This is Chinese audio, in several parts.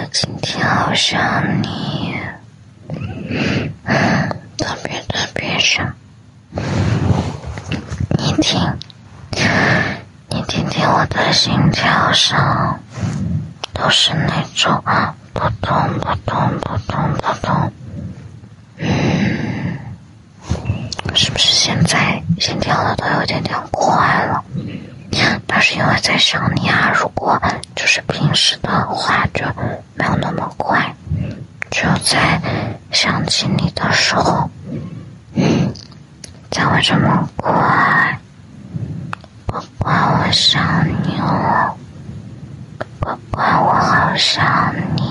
今天好想你，特别想。你听听我的心跳声，都是那种扑通扑通扑通扑通。是不是现在心跳的都有点快了？但是因为在想你啊，如果就是平时的话就没有那么快，只有在想起你的时候才会这么快。乖乖，我想你了，乖乖，我好想你，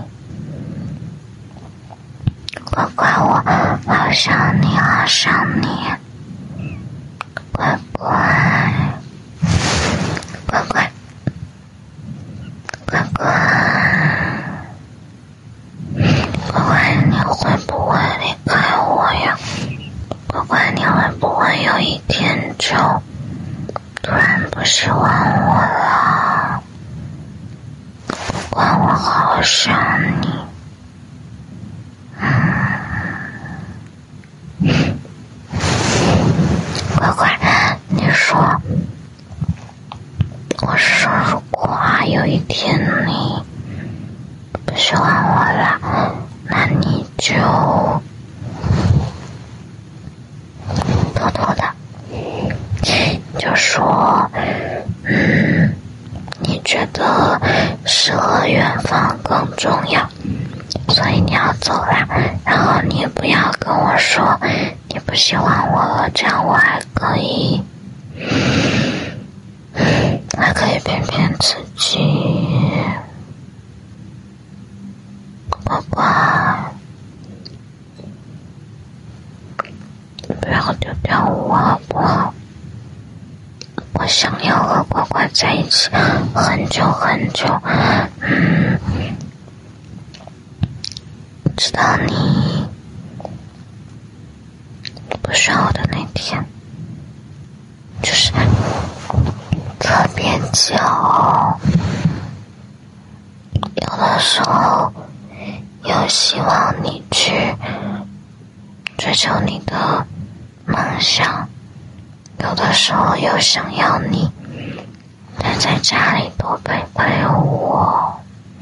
乖乖，我好想你，好想你，乖乖，乖乖，乖乖，乖乖，你会不会离开我呀？乖乖，你会不会有一天就突然不喜欢我了？乖乖，我好想你。乖乖，你说，我是说，如果有一天你不喜欢我了，那你就偷偷的就说，你觉得诗和远方更重要，所以你要走了，然后你不要跟我说你不喜欢我了，这样我还可以骗自己。乖乖，不要丢掉我好不好？我想要和乖乖在一起很久很久，直到你不需要我的那天，就是特别久。有的时候又希望你去追求你的梦想，有的时候又想要你待在家里多陪我。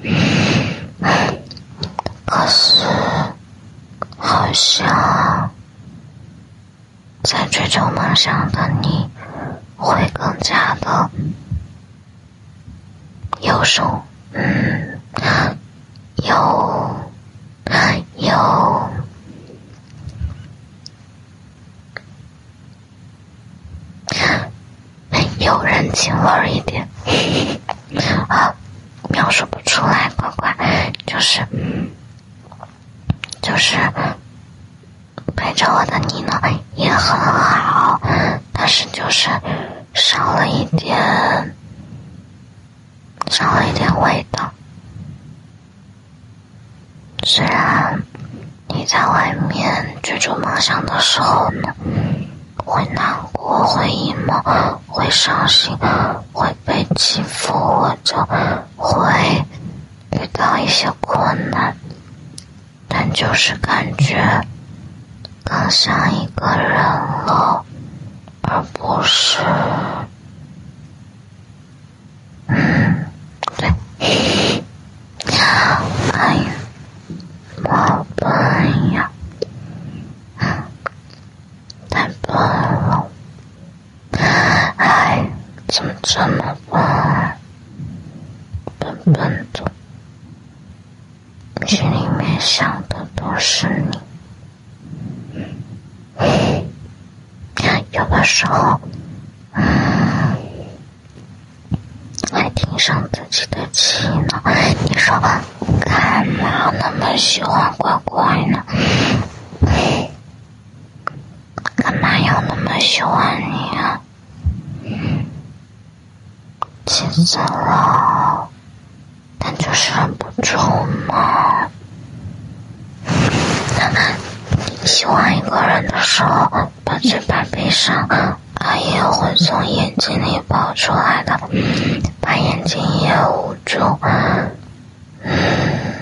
可是好像在追求梦想的你会更加的有手，有人情味儿一点描述不出来，乖乖，就是陪着我的你呢也很好，但是就是少了一点味道。虽然你在外面追逐梦想的时候呢，会难过，会 emo， 会伤心，会被欺负，或者会遇到一些困难，但就是感觉更像一个人了，而不是对，哎呀，我好笨呀，太笨了，哎，怎么这么笨，笨的，心里面想的都是你。有的时候还挺生自己的气呢。你说干嘛那么喜欢乖乖呢？干嘛要那么喜欢你啊？气死了，但就是忍不住嘛。你喜欢一个人的时候，把嘴巴闭上，也会从眼睛里跑出来的，把眼睛也捂住。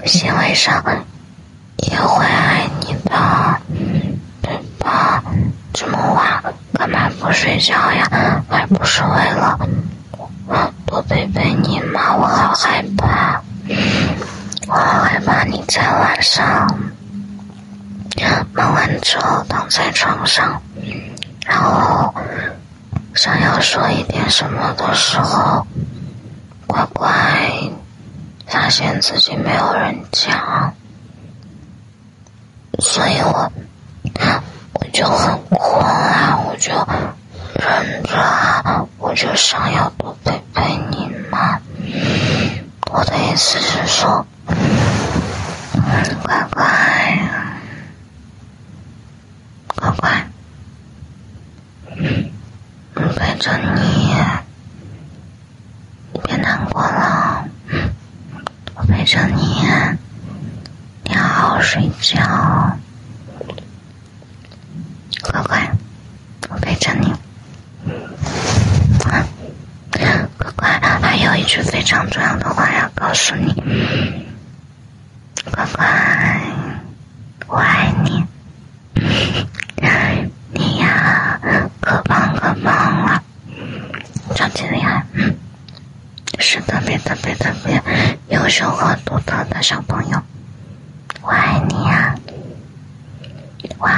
行为上也会爱你的，对吧？这么晚干嘛不睡觉呀？还不是为了多陪陪你吗？我好害怕，我好害怕你在晚上忙完之后躺在床上，然后想要说一点什么的时候，乖乖发现自己没有人讲，所以我就很困啊，我就忍着啊，我就想要多陪陪你嘛。我的意思是说，乖乖，乖乖，陪着你，别难过了，我陪着你，你好好睡觉，乖乖，我陪着你。乖乖，还有一句非常重要的话要告诉你，乖乖，我爱你，你呀，可棒可棒了，超级厉害，是特别特别特别优秀和独特的小朋友，我爱你呀，晚